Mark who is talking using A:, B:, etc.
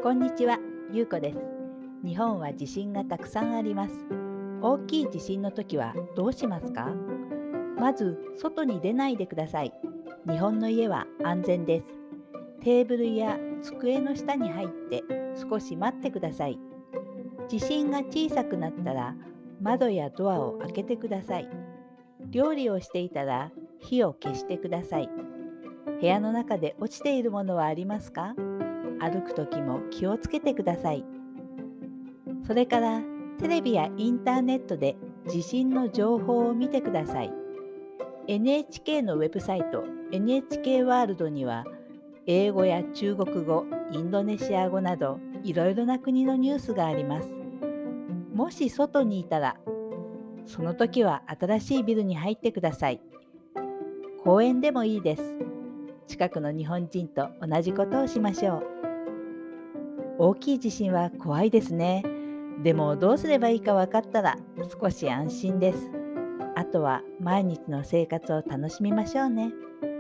A: こんにちは、ゆうこです。日本は地震がたくさんあります。大きい地震の時はどうしますか？まず、外に出ないでください。日本の家は安全です。テーブルや机の下に入って少し待ってください。地震が小さくなったら窓やドアを開けてください。料理をしていたら火を消してください。部屋の中で落ちているものはありますか？歩く時も気をつけてください。それからテレビやインターネットで地震の情報を見てください。NHK のウェブサイト NHK ワールドには英語や中国語、インドネシア語などいろいろな国のニュースがあります。もし外にいたら、その時は新しいビルに入ってください。公園でもいいです。近くの日本人と同じことをしましょう。大きい地震は怖いですね。でもどうすればいいか分かったら少し安心です。あとは毎日の生活を楽しみましょうね。